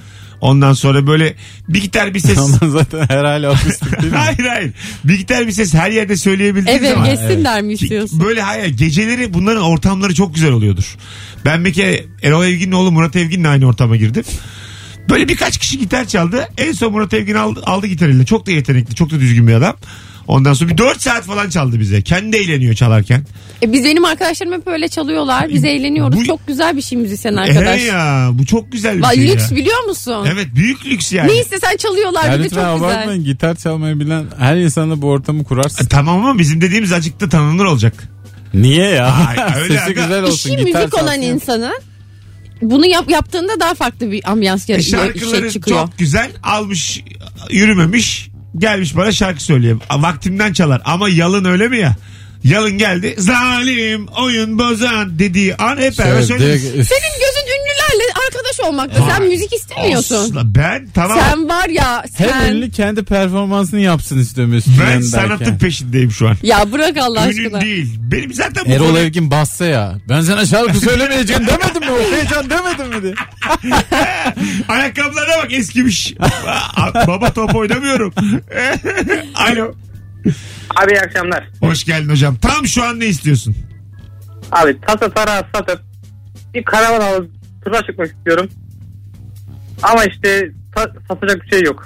Ondan sonra böyle bir gitar bir ses.
Ama zaten her hali akustik değil mi?
Hayır hayır. Bir gitar bir ses her yerde söyleyebildiğin
Eve
zaman.
geçsinler mi istiyorsun?
Böyle hayır. Geceleri bunların ortamları çok güzel oluyordur. Ben bir kere Erol Evgin'in oğlu Murat Evgin'le aynı ortama girdim. Böyle birkaç kişi gitar çaldı. En son Murat Evgin aldı, aldı gitar eline. Çok da yetenekli, çok da düzgün bir adam. Ondan sonra bir dört saat falan çaldı bize. Kendi eğleniyor çalarken.
E biz benim arkadaşlarım hep öyle çalıyorlar. Biz eğleniyoruz.
Bu-
Çok güzel bir şey müzisyen arkadaş.
He ya bu çok güzel bir
Va-
şey
lüks
ya.
biliyor musun?
Evet büyük lüks yani.
Ne istesen çalıyorlar
Yani
bir de
lütfen
çok güzel.
abartmayın, gitar çalmayı bilen her insana bu ortamı kurarsın.
E, tamam ama bizim dediğimiz azıcık da tanınır olacak.
Niye ya?
Ay, öyle
Sesi
aga.
güzel olsun.
İşi
gitar
müzik olan
çalsın.
insanın bunu yap, yaptığında daha farklı bir ambiyans
E,
yar-
şarkıları
şey çıkıyor.
çok güzel almış yürümemiş gelmiş bana şarkı söyleyeyim. Vaktimden çalar ama yalın öyle mi ya? Yalın geldi zalim oyun bozan dediği an hep beraber
Evet,
söyleriz.
direkt- üf.
Senin gözün ünlülerle arkadaş olmakta. Sen
Ay,
müzik istemiyorsun.
Asla ben tamam.
Sen var ya
Her
sen.
ünlü kendi performansını yapsın istiyor Mesut
Ben
İnan'ın
sanatın
derken.
peşindeyim şu an.
Ya bırak Allah
Ünün
aşkına.
değil. Benim zaten bu
Erol
konu-
Evgin bassa ya. Ben sana şarkı söylemeyeceğim demedim mi? Okuyacaksın demedim mi diye.
Ayakkabılarına bak eskimiş. Aa, Baba top oynamıyorum. Alo.
Abi iyi akşamlar.
Hoş geldin hocam. Tam şu an ne istiyorsun?
Abi tasa tarağı satıp bir karavan alıp tura çıkmak istiyorum. Ama işte ta- satacak bir şey yok.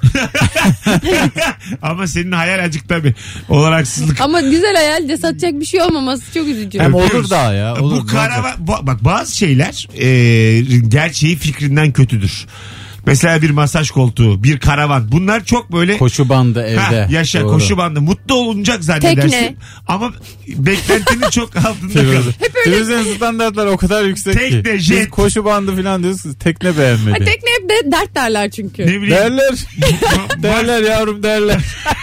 Ama senin hayal acık tabii. Olaraksızlık.
Ama güzel hayal de satacak bir şey olmaması çok üzücü.
Ama
Öpüyoruz.
olur daha ya. Olur,
Bu
ne
karavan
olacak?
bu- bak bazı şeyler e, gerçeği fikrinden kötüdür. Mesela bir masaj koltuğu, bir karavan. Bunlar çok böyle
Koşu bandı evde.
ha, yaşa
Doğru.
koşu bandı. Mutlu olunacak zannedersin.
Tekne.
Ama beklentinin çok altında
Firuze.
kalır.
Firuze'nin standartlar o kadar yüksek
Tekne,
ki.
jet.
Biz koşu bandı falan diyoruz. Tekne beğenmedi.
Ha, tekne hep de dert derler çünkü.
Ne bileyim.
Derler. derler yavrum derler.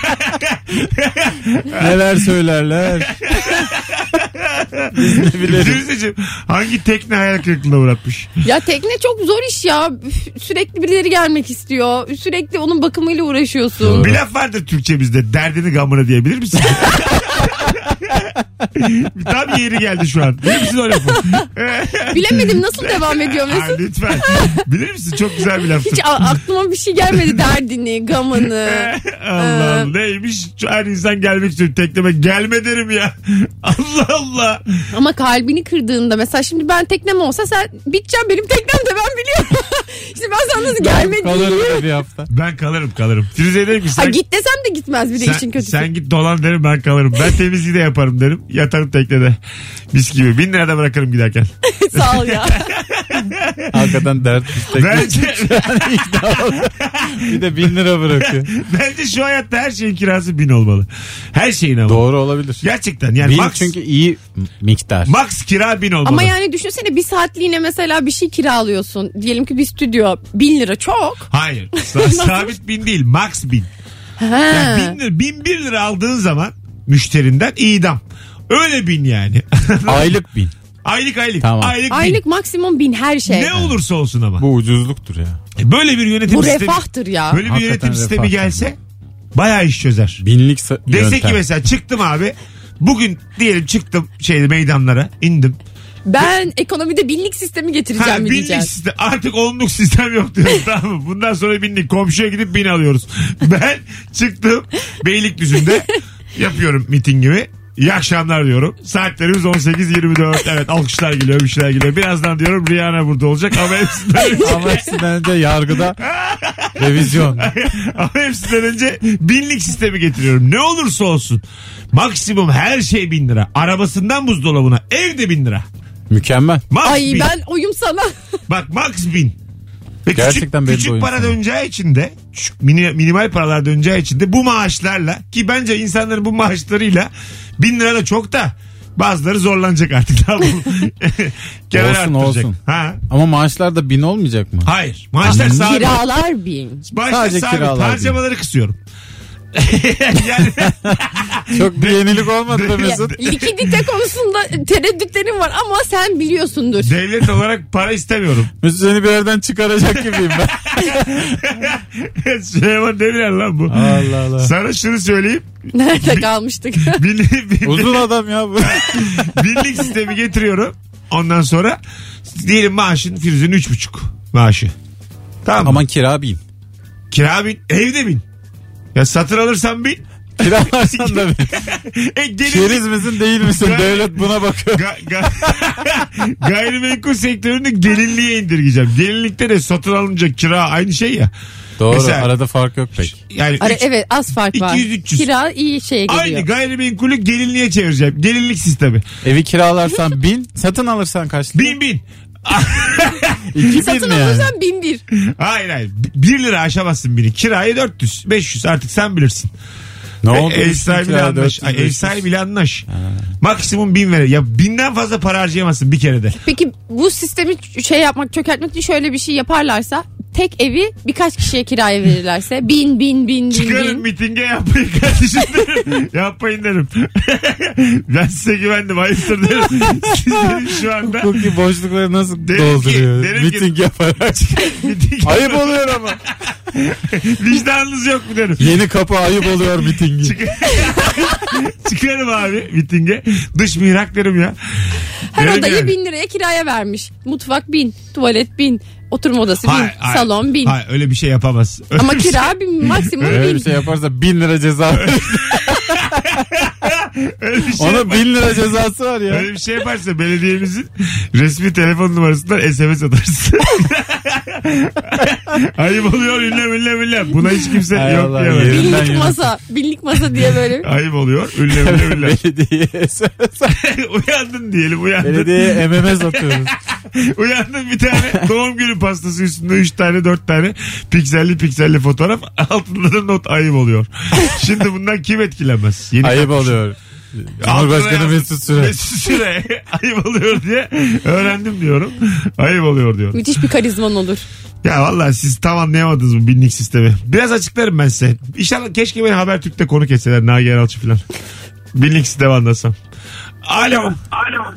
Neler söylerler. Biz ne bilelim.
Firuzeciğim, hangi tekne hayal kırıklığına uğratmış?
Ya tekne çok zor iş ya. Üf, sürekli birileri gelmek istiyor. Sürekli onun bakımıyla uğraşıyorsun.
Doğru.
Bir laf vardır Türkçemizde. Derdini gamına diyebilir misin? Tam yeri geldi şu an. Bilir misin o lafı?
Bilemedim nasıl devam ediyor
Ha,
Mesut.
lütfen. Bilir misin? Çok güzel bir laftır.
Hiç a- aklıma bir şey gelmedi. Derdini, gamını.
Allah Allah. Neymiş? Her insan gelmek istiyor tekneme. Gelme derim ya. Allah Allah.
Ama kalbini kırdığında mesela şimdi ben teknem olsa sen biteceğim benim teknem de ben biliyorum. İşte ben sana nasıl gelme
Kalır
diyeyim.
da bir hafta.
Ben kalırım kalırım. Firuze derim ki
Ha,
sen,
git desem de gitmez bir de
sen,
işin kötüsü.
sen git dolan derim ben kalırım. Ben temizliği de yaparım derim. Yatarım teknede. Mis gibi. Bin lirada bırakırım giderken.
Sağ ol ya.
Hakikaten dert istek.
Bence,
Bir de bin lira bırakıyor.
bence şu hayatta her şeyin kirası bin olmalı. Her şeyin ama.
Doğru olabilir.
Gerçekten yani
bin
max,
çünkü iyi miktar.
max kira bin olmalı.
Ama yani düşünsene bir saatliğine mesela bir şey kiralıyorsun. Diyelim ki bir stüdyo bin lira çok.
Hayır. Sa- sabit bin değil. Max bin.
Ha.
Yani bin, lira, bin bir lira aldığın zaman müşterinden idam. Öyle bin yani.
Aylık bin.
aylık aylık.
Tamam.
Aylık bin.
Aylık maksimum bin her şey.
Ne olursa olsun ama.
Bu ucuzluktur ya.
Böyle bir yönetim
Bu
sistemi.
refahtır ya.
Böyle bir
Hakikaten
yönetim sistemi
refah.
gelse bayağı iş çözer.
Binlik sa-
Dese
yöntem.
ki mesela çıktım abi. Bugün diyelim çıktım şeyde meydanlara indim.
Ben ekonomide binlik sistemi getireceğim
Ha,
mi
binlik
diyeceğiz.
sistem artık onluk sistem yok diyoruz tamam mı? Bundan sonra binlik komşuya gidip bin alıyoruz. Ben çıktım Beylikdüzü'nde yapıyorum mitingimi. İyi akşamlar diyorum. Saatlerimiz on sekiz yirmi dört. Evet alkışlar geliyor bir şeyler geliyor. Birazdan diyorum Rihanna burada olacak ama hepsinden önce,
Ama hepsinden önce yargıda revizyon.
ama hepsinden önce binlik sistemi getiriyorum. Ne olursa olsun. Maksimum her şey bin lira. Arabasından buzdolabına evde bin lira.
Mükemmel.
Max
Ay
bin.
ben oyum sana.
Bak max bin. Ve
Gerçekten
küçük,
benim
küçük
de oyun
para
sana.
döneceği için de küçük, mini, minimal paralar döneceği için de bu maaşlarla ki bence insanların bu maaşlarıyla bin lira da çok da bazıları zorlanacak artık. Tamam mı? Kenar
Olsun,
arttıracak.
olsun.
Ha?
Ama maaşlar da bin olmayacak mı?
Hayır. Maaşlar sabit.
Kiralar bin.
Maaşlar
Sadece
sabit.
kiralar
Harcamaları kısıyorum. yani
Çok bir yenilik olmadı da Mesut.
Likidite konusunda tereddütlerim var ama sen biliyorsundur.
devlet olarak para istemiyorum.
Mesut seni bir yerden çıkaracak gibiyim ben.
Süleyman Demirel lan bu.
Allah Allah.
Sana şunu söyleyeyim.
Nerede kalmıştık?
Bin, bin,
Uzun adam ya bu.
binlik sistemi getiriyorum. Ondan sonra diyelim maaşın Firuze'nin üç buçuk maaşı. Tamam mı?
Aman kira bin.
Kira bin. Evde bin. Ya satın alırsan bin.
Kiralarsan da bir.
E, gelin-
Keriz misin değil misin?
Ga-
Devlet buna bakıyor.
Ga- ga- gayrimenkul sektörünü gelinliğe indirgeyeceğim. Gelinlikte de satın alınca kira aynı şey ya.
Doğru,
Mesela-
arada fark yok pek.
Yani
Ara,
üç-
evet az fark var.
iki yüz üç yüz.
Kira iyi şeye geliyor.
aynı gayrimenkulü gelinliğe çevireceğim. Gelinlik sistemi.
Evi kiralarsan bin, satın alırsan kaç lira?
Bin bin.
İki bin
Satın
mi yani?
alırsan bin bir.
Hayır hayır. Bir lira aşamazsın bini. Kirayı dört yüz beş yüz artık sen bilirsin.
Ne
E,
oldu?
ev sahibiyle
Kiraya
anlaş.
dört yüz,
Ay, ev
beş yüz.
sahibiyle anlaş. Maksimum bin verir. Ya binden fazla para harcayamazsın bir kerede.
Peki bu sistemi şey yapmak, çökertmek için şöyle bir şey yaparlarsa, tek evi birkaç kişiye kiraya verirlerse bin bin bin bin
Çıkarın
bin.
mitinge yapmayın kardeşim derim. Yapmayın derim. Ben size güvendim. Hayırdır derim. Sizlerin şu anda
Hukuki boşlukları nasıl
Derim ki-
dolduruyor?
derim ki-
Miting yaparak.
miting
Ayıp oluyor ama.
vicdanınız yok mu derim.
Yeni kapı ayıp oluyor mitingi.
Çıkarım abi mitinge. Dış mihrak derim ya.
Her
Derim
odayı
yani.
bin liraya kiraya vermiş. Mutfak bin, tuvalet bin, oturma odası bin,
Hayır, hayır.
salon bin.
Hayır öyle bir şey yapamaz. Öyle
Ama
bir şey-
kira bin, maksimum
Öyle
bin.
bir şey yaparsa bin lira ceza.
öyle bir şey
Onun
yapar-
bin lira cezası var ya.
Öyle bir şey yaparsa belediyemizin resmi telefon numarasından S M S atarsın. Ayıp oluyor ünlem ünlem ünlem. Buna hiç kimse
Hay
yok
Allah,
diyemez.
yerim.
Binlik
Yerinden
masa, binlik masa diye böyle.
Ayıp oluyor ünlem ünlem ünlem.
Belediyeye S M S.
Uyandın diyelim uyandın.
Belediyeye M M S atıyoruz.
Uyandın bir tane doğum günü pastası üstünde üç tane dört tane pikselli pikselli fotoğraf altında da not ayıp oluyor. Şimdi bundan kim etkilenmez? Yeni
Ayıp
kalkmış.
oluyor.
Altına
Cumhurbaşkanı
yazdım.
Mesut Süre.
Mesut Süre ayıp oluyor diye öğrendim diyorum. Ayıp oluyor diyorum.
Müthiş bir karizman olur.
Ya vallahi siz tam anlayamadınız bu binlik sistemi. Biraz açıklarım ben size. İnşallah keşke beni Habertürk'te konuk etseler. Nagihan Alçı falan. Binlik sistemi anlasam. Alo.
Alo.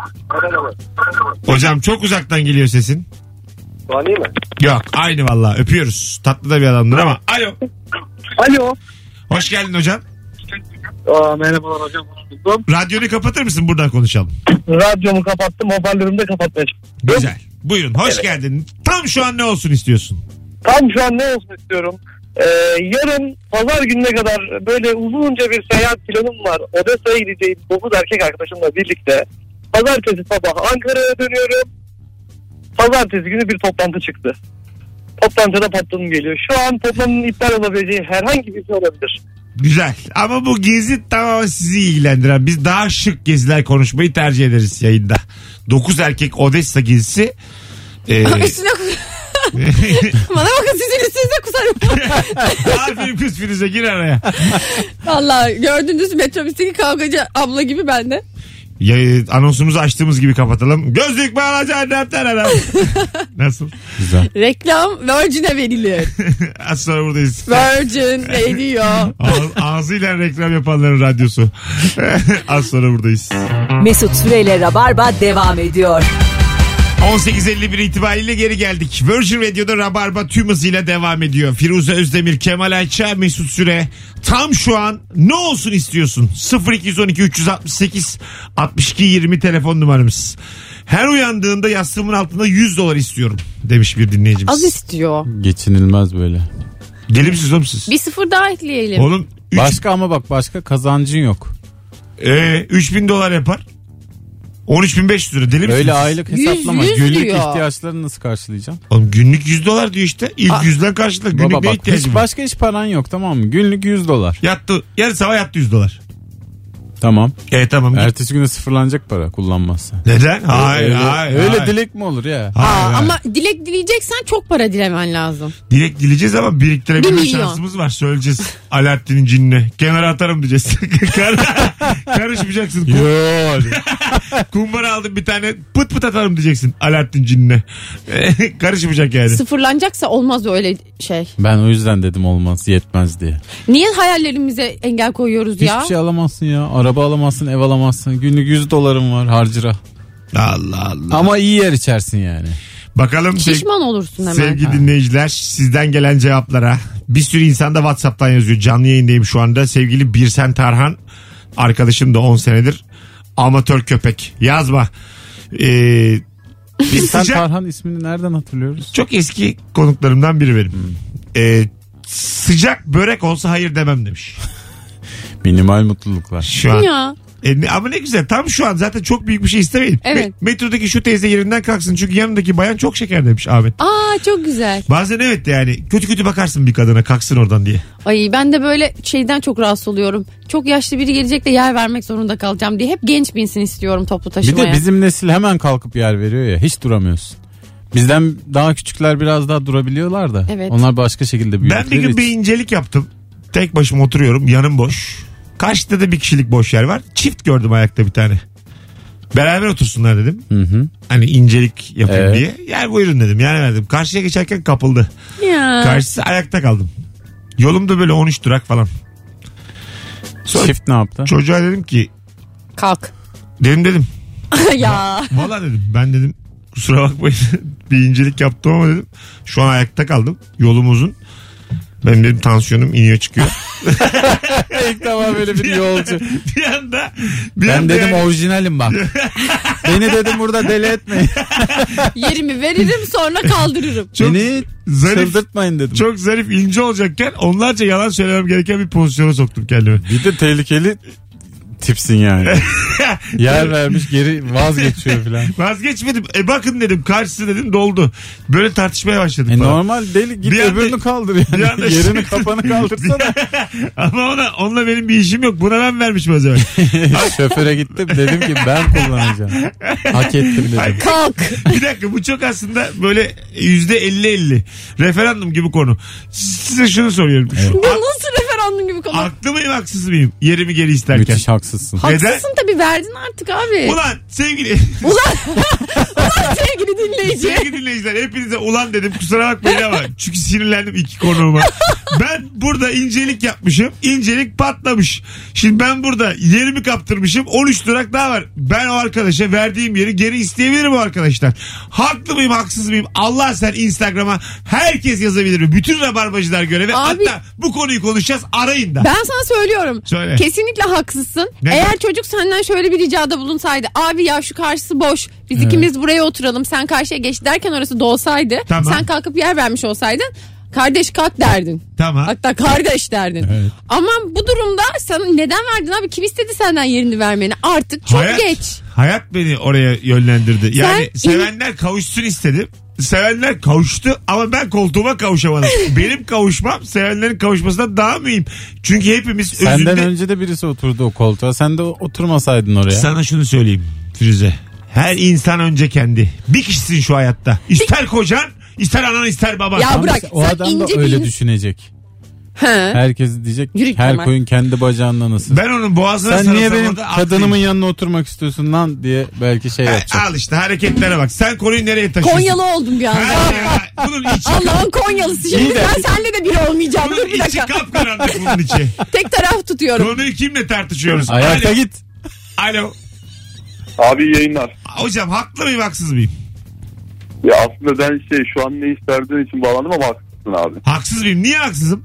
Hocam çok uzaktan geliyor sesin.
Saniye mi?
Yok aynı vallahi öpüyoruz. Tatlı da bir adamdır ama. Alo.
Alo.
Hoş geldin hocam.
Aa, merhabalar hocam. Hoş buldum.
Radyonu kapatır mısın buradan konuşalım.
Radyomu kapattım. Hoparlörümü de kapatmaya çalıştım.
Güzel. Buyurun hoş geldin. Tam şu an ne olsun istiyorsun?
Tam şu an ne olsun istiyorum? Ee, yarın pazar gününe kadar böyle uzunca bir seyahat planım var. Odessa'ya gideceğim dokuz erkek arkadaşımla birlikte. Pazartesi sabah Ankara'ya dönüyorum. Pazartesi günü bir toplantı çıktı. Toplantıda patronum geliyor. Şu an toplantının iptal olabileceği herhangi bir şey olabilir.
Güzel. Ama bu gezi tamamen sizi ilgilendiren. Biz daha şık geziler konuşmayı tercih ederiz yayında. dokuz erkek Odessa gezisi. Ee,
Üstüne bana bakın sizin üstünüze kusarım.
aferin kız Firuze gir araya.
Valla gördünüz metrobüsteki kavgacı abla gibi ben de.
Ya, anonsumuzu açtığımız gibi kapatalım. Gözlük bağlayacaksın defter adam. Nasıl?
Güzel.
Reklam Virgin'e verilir.
Az sonra buradayız.
Virgin veriyor.
Ağ- ağzıyla reklam yapanların radyosu. Az sonra buradayız.
Mesut Süreyle Rabarba devam ediyor.
on sekiz elli bir itibariyle geri geldik. Virgin Radio'da Rabarba tüm hızıyla devam ediyor. Firuze Özdemir, Kemal Ayça, Mesut Süre. Tam şu an ne olsun istiyorsun? sıfır iki on iki üç altı sekiz altmış iki yirmi telefon numaramız. Her uyandığında yastığımın altında yüz dolar istiyorum demiş bir dinleyicimiz.
Az istiyor.
Geçinilmez böyle.
Deli misiniz oğlum siz?
Bir sıfır daha ekleyelim.
Oğlum üç,
Başka ama bak başka kazancın yok.
e, üç bin dolar yapar. on üç bin beş yüz lira deli misiniz?
Öyle aylık
Yüz,
hesaplama.
yüz
Günlük
diyor.
ihtiyaçlarını nasıl karşılayacaksın?
Oğlum günlük yüz dolar diyor işte. İlk
Aa.
yüzden karşıla. Günlük
Baba
ne
bak
ihtiyacın
hiç
var?
başka hiç paran yok, tamam mı? Günlük yüz dolar.
Yattı. Yarın sabah yattı yüz dolar.
Tamam.
Evet tamam.
Ertesi güne sıfırlanacak para kullanmazsan.
Neden? Hayır
öyle,
hayır.
öyle
hayır.
dilek mi olur ya?
Aa,
Hayır, hayır.
ama dilek dileyeceksen çok para dilemen lazım.
Dilek dileyeceğiz ama biriktirebilme
Bir milyon.
şansımız var. Söyleyeceğiz Alaaddin'in cinine. Kenara atarım diyeceğiz. Kar- Karışmayacaksın. Kum-
Yok.
Kumbara aldım bir tane pıt pıt atarım diyeceksin Alaaddin cinine. Karışmayacak yani.
Sıfırlanacaksa olmaz öyle şey.
Ben o yüzden dedim olmaz, yetmez diye.
Niye hayallerimize engel koyuyoruz ya?
Hiçbir şey alamazsın ya. Araba alamazsın, ev alamazsın. Günlük yüz dolarım var, harcıra.
Allah Allah.
Ama iyi yer içersin yani.
Bakalım sev-
Şişman olursun hemen.
sevgili dinleyiciler sizden gelen cevaplara. Bir sürü insan da WhatsApp'tan yazıyor. Canlı yayındayım şu anda. Sevgili Birsen Tarhan arkadaşım da on senedir amatör köpek. Yazma. Ee, biz
Sen
sıcak-
Tarhan ismini nereden hatırlıyoruz?
Çok eski konuklarımdan biri benim. Ee, sıcak börek olsa hayır demem demiş.
Minimal mutluluklar.
Şu an.
Ya.
E, ne- ama ne güzel. Tam şu an zaten çok büyük bir şey istemeyin.
Evet.
Me- metrodaki şu teyze yerinden kalksın. Çünkü yanındaki bayan çok şeker demiş Ahmet.
Aa çok güzel.
Bazen evet de yani kötü kötü bakarsın bir kadına kalksın oradan diye.
Ay ben de böyle şeyden çok rahatsız oluyorum. Çok yaşlı biri gelecek de yer vermek zorunda kalacağım diye hep genç binsin istiyorum toplu
Bir
taşımaya.
de bizim nesil hemen kalkıp yer veriyor ya, hiç duramıyorsun. Bizden daha küçükler biraz daha durabiliyorlar da.
Evet.
Onlar başka şekilde büyüdükleri
Ben bir gün
için.
bir incelik yaptım. Tek başıma oturuyorum. Yanım boş. Karşıda da bir kişilik boş yer var. Çift gördüm ayakta bir tane. Beraber otursunlar dedim.
Hı hı.
Hani incelik yapayım
Evet.
diye. Yer buyurun dedim. Yani verdim. Karşıya geçerken kapıldı.
Ya.
Karşısı ayakta kaldım. Yolumda böyle on üç durak falan. Sonra
Çift ne yaptı?
çocuğa dedim ki
Kalk.
dedim dedim.
Ya.
Valla dedim ben dedim kusura bakmayın bir incelik yaptım ama dedim şu an ayakta kaldım. Yolum uzun. Benim dedim tansiyonum iniyor çıkıyor.
İlk defa böyle bir yolcu.
bir anda bir
Ben
anda
dedim
yani-
orijinalim bak. Beni dedim burada deli etmeyin.
Yerimi veririm sonra kaldırırım.
Çok
Beni
zarif-
çıldırtmayın dedim.
çok zarif ince olacakken onlarca yalan söylemem gereken bir pozisyona soktum kendimi.
Bir de tehlikeli tipsin yani. Yer vermiş geri vazgeçiyor falan.
Vazgeçmedim. E bakın dedim karşısı dedim doldu. Böyle tartışmaya başladık
E
falan.
normal deli git
Bir anda-
öbürünü kaldır
bir
yani.
anda-
Yerini kafanı kaldırsana.
Ama ona onunla benim bir işim yok. Buna ben vermişim o zaman.
Şoföre gittim dedim ki ben kullanacağım. Hak ettim dedim.
Kalk.
Bir dakika bu çok aslında böyle yüzde elli elli referandum gibi konu. Size şunu soruyorum. Şu
Ya
ak-
nasıl referandum gibi konu?
haklı mıyım haksız mıyım? Yerimi geri isterken.
Müthiş haksızsın.
Haksızsın tabii verdin artık abi.
Ulan sevgili
Ulan, ulan sevgili dinleyici.
sevgili dinleyiciler hepinize ulan dedim kusura bakmayın ama çünkü sinirlendim iki konuğuma. Ben burada incelik yapmışım. İncelik patlamış. Şimdi ben burada yerimi kaptırmışım. on üç durak daha var. Ben o arkadaşa verdiğim yeri geri isteyebilirim o arkadaşlar. Haklı mıyım haksız mıyım? Allah sen Instagram'a herkes yazabilir mi? Bütün rabarbacılar göreve.
Abi-
Hatta bu konuyu konuşacağız arayın da.
Ben sana söylüyorum.
Söyle.
Kesinlikle haksızsın.
Neden?
Eğer çocuk senden şöyle bir ricada bulunsaydı. Abi ya şu karşısı boş. Biz ikimiz buraya oturalım. Sen karşıya geç derken orası dolsaydı.
Tamam.
Sen kalkıp yer vermiş olsaydın. Kardeş kalk derdin.
Tamam.
Hatta kardeş derdin.
Evet.
Ama bu durumda sana neden verdin abi? Kim istedi senden yerini vermeni? Artık çok
hayat,
geç.
Hayat beni oraya yönlendirdi. Yani
Sen-
sevenler kavuşsun istedim. Sevenler kavuştu ama ben koltuğuma kavuşamadım. Benim kavuşmam sevenlerin kavuşmasından daha mühim. Çünkü hepimiz
Senden
özünde...
önce de birisi oturdu o koltuğa. Sen de oturmasaydın oraya.
Sana şunu söyleyeyim Firuze. Her insan önce kendi. Bir kişisin şu hayatta. İster kocan, ister anan, ister baban.
Ya
Ama
bırak,
o
sen
adam da
ince
öyle
bir-
düşünecek.
He.
Herkes diyecek
Yürü
her
Kemal.
koyun kendi bacağından ısır.
Ben onun boğazına
Sen niye
sarılsam
benim
orada
kadınımın
haklıyım.
yanına oturmak istiyorsun lan diye belki şey
Ha,
yapacak.
al işte hareketlere bak. Sen konuyu nereye taşıyorsun?
Konyalı oldum bir anda.
Ha, ya, bunun içi,
Allah'ın Konyalısı. Şimdi
İyi de-
ben seninle de bir olmayacağım. Dur
bunun
bir
içi
dakika.
kapkaranlık bunun içi.
Tek taraf tutuyorum.
Konuyu kimle tartışıyoruz?
Ayakta
Alo.
git.
Alo.
Abi iyi yayınlar.
Hocam haklı mıyım haksız mıyım?
Ya aslında ben şey şu an ne isterdiğin için bağlandım ama haklısın abi.
Haksız mıyım? Niye haksızım?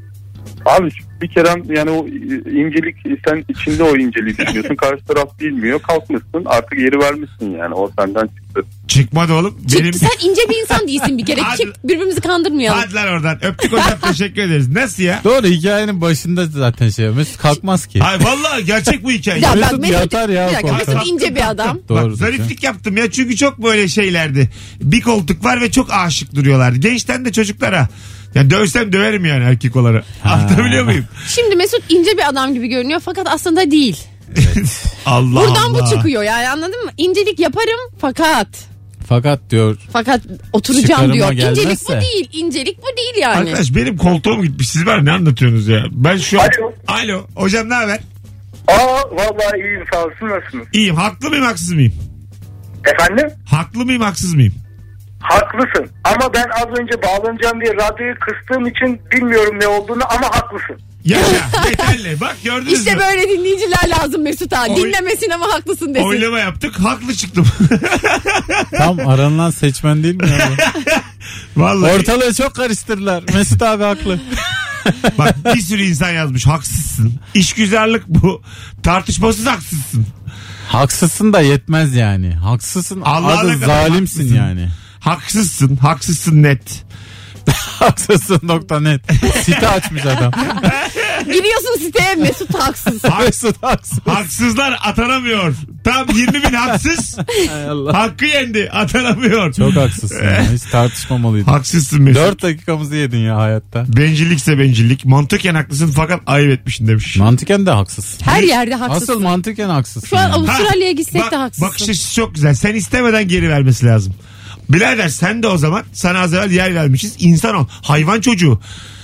Abi bir kere yani o incelik sen içinde o inceliği düşünüyorsun. Karşı taraf bilmiyor. Kalkmışsın artık yeri vermişsin yani o senden çıktı.
Çıkmadı oğlum.
Çık,
Benim...
sen ince bir insan değilsin bir kere.
Hadi.
Çık birbirimizi kandırmayalım.
Hadi lan oradan. Öptük hocam teşekkür ederiz. Nasıl ya?
Doğru, hikayenin başında zaten şey Mesut kalkmaz ki.
Ay vallahi gerçek bu hikaye.
Ya bak
Mesut
Mesut,
yatar ya
bir dakika,
koltuğa.
Mesut ince bir adam.
Doğru.
Bak, zariflik yaptım ya çünkü çok böyle şeylerdi. Bir koltuk var ve çok aşık duruyorlardı. Gençten de çocuklara. Yani dövsem döverim yani erkek olarak. Anlatabiliyor muyum?
Şimdi Mesut ince bir adam gibi görünüyor fakat aslında değil.
Allah
Buradan
Allah.
bu çıkıyor yani anladın mı? İncelik yaparım fakat
Fakat diyor
fakat oturacağım
Çıkarıma
diyor. İncelik bu
gelmezse.
değil. İncelik bu değil yani.
Arkadaş benim koltuğum gitmiş. Siz var ne anlatıyorsunuz ya? Ben şu an...
Alo.
Alo. Hocam ne haber?
Aa vallahi iyiyim sağ olsun, nasılsınız?
İyiyim. Haklı mıyım haksız mıyım?
Efendim?
Haklı mıyım haksız mıyım?
Haklısın ama ben az önce bağlanacağım diye radyoyu kıstığım için bilmiyorum ne olduğunu ama haklısın.
Yaşa. Yeterli. Bak gördünüz
İşte
mü?
böyle dinleyiciler lazım Mesut ha.
Oy-
Dinlemesin ama haklısın desin.
Oylama yaptık. Haklı çıktım.
tam aranılan seçmen değil mi ya?
Vallahi.
Ortalığı çok karıştırdılar. Mesut abi haklı.
Bak bir sürü insan yazmış. Haksızsın. İşgüzarlık bu. Tartışmasız haksızsın.
Haksızsın da yetmez yani. Haksızsın
Allah'ına
adı
kadar
zalimsin
haklısın.
yani.
Haksızsın. Haksızsın net.
Haksızsın nokta net. Site açmış adam.
Giriyorsun siteye Mesut haksız.
Mesut haksız.
Haksızlar atanamıyor. Tam yirmi bin haksız.
Hay Allah.
Hakkı yendi. Atanamıyor.
Çok haksızsın ya. Hiç tartışmamalıydın.
Haksızsın Mesut.
Dört dakikamızı yedin ya hayatta.
Bencillikse bencillik. Mantıken haklısın fakat ayıp etmişsin demiş.
Mantıken de haksızsın.
Her yerde haksızsın.
Asıl mantıken haksızsın.
Şu an
yani.
Avustralya'ya gitsek
bak,
de haksızsın.
Bakış açısı çok güzel. Sen istemeden geri vermesi lazım. Birader sen de o zaman sana az evvel yer vermişiz. İnsan ol. Hayvan çocuğu.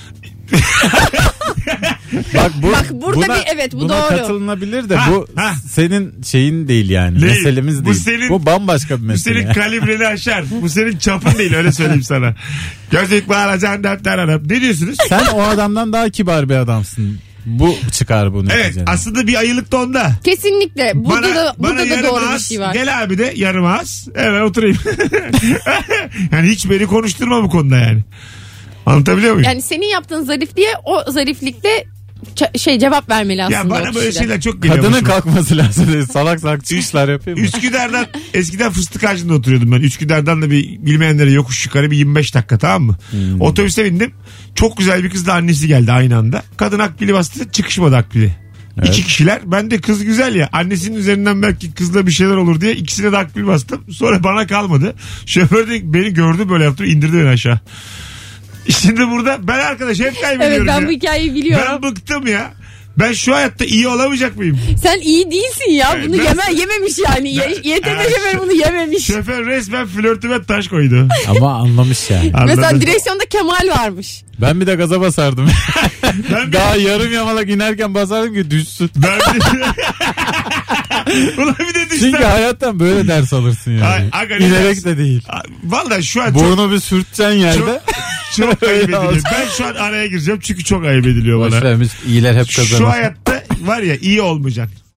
Bak, bu,
Bak burada
buna,
bir evet bu
buna
doğru.
katılınabilir de
Ha,
bu
ha.
senin şeyin değil yani.
Değil.
Meselemiz
Bu
değil.
senin-
bu bambaşka bir
Bu
mesele.
senin kalibreni aşar. Bu senin çapın değil öyle söyleyeyim sana. Gözlük bağıracaksın. Ne diyorsunuz?
Sen o adamdan daha kibar bir adamsın. Bu çıkar bu
Evet
neticede.
aslında bir ayılık da onda.
Kesinlikle. Burada
Bana,
da,
bana
burada da
yarım
doğru bir
ağız,
şey var.
gel abi de yarım ağız. Evet oturayım. Yani hiç beni konuşturma bu konuda yani. Anlatabiliyor muyum?
Yani senin yaptığın zarifliğe o zariflikle ç- şey cevap vermeli aslında.
Ya bana
o
böyle
kişi de.
şeyler çok geliyor.
Kadının
başıma.
kalkması lazım. Salak salakçı işler yapıyor mu?
Üsküdar'dan eskiden Fıstık Ağacı'nda oturuyordum ben. Üsküdar'dan da bir bilmeyenlere yokuş yukarı bir yirmi beş dakika tamam mı?
Hmm.
Otobüse bindim. Çok güzel bir kızla annesi geldi aynı anda. Kadın akbili bastı çıkışmadı akbili.
Evet.
İki kişiler. Ben de kız güzel ya. Annesinin üzerinden belki kızla bir şeyler olur diye ikisine de akbil bastım. Sonra bana kalmadı. Şoför de beni gördü böyle yaptı. İndirdi beni aşağı. Şimdi burada ben arkadaş hep kaybediyorum
Evet ben
ya.
bu hikayeyi biliyorum.
Ben bıktım ya. Ben şu hayatta iyi olamayacak mıyım?
Sen iyi değilsin ya. Bunu
Ben-
yeme, yememiş yani.
Ben-
Ye- Y T B
Ee,
şoförü bunu yememiş.
Şoför resmen flörtüme taş koydu.
Ama anlamış yani.
Mesela
Anladın?
direksiyonda Kemal varmış.
Ben bir de gaza basardım.
Ben bir-
Daha yarım yamalak inerken basardım ki düşsün.
Ben bir... Ulan bir de düşsem.
Çünkü hayattan böyle ders alırsın yani.
Ay, aga ne
İnerek
ders?
de değil.
Vallahi şu an çok,
Burnu bir sürteceksin yerde.
çok, çok ayıp
Öyle
ediliyor.
olsun.
Ben şu an araya gireceğim çünkü çok ayıp ediliyor bana.
Boşvermiş iyiler hep
Şu
kazanır.
hayatta var ya iyi olmayacaksın.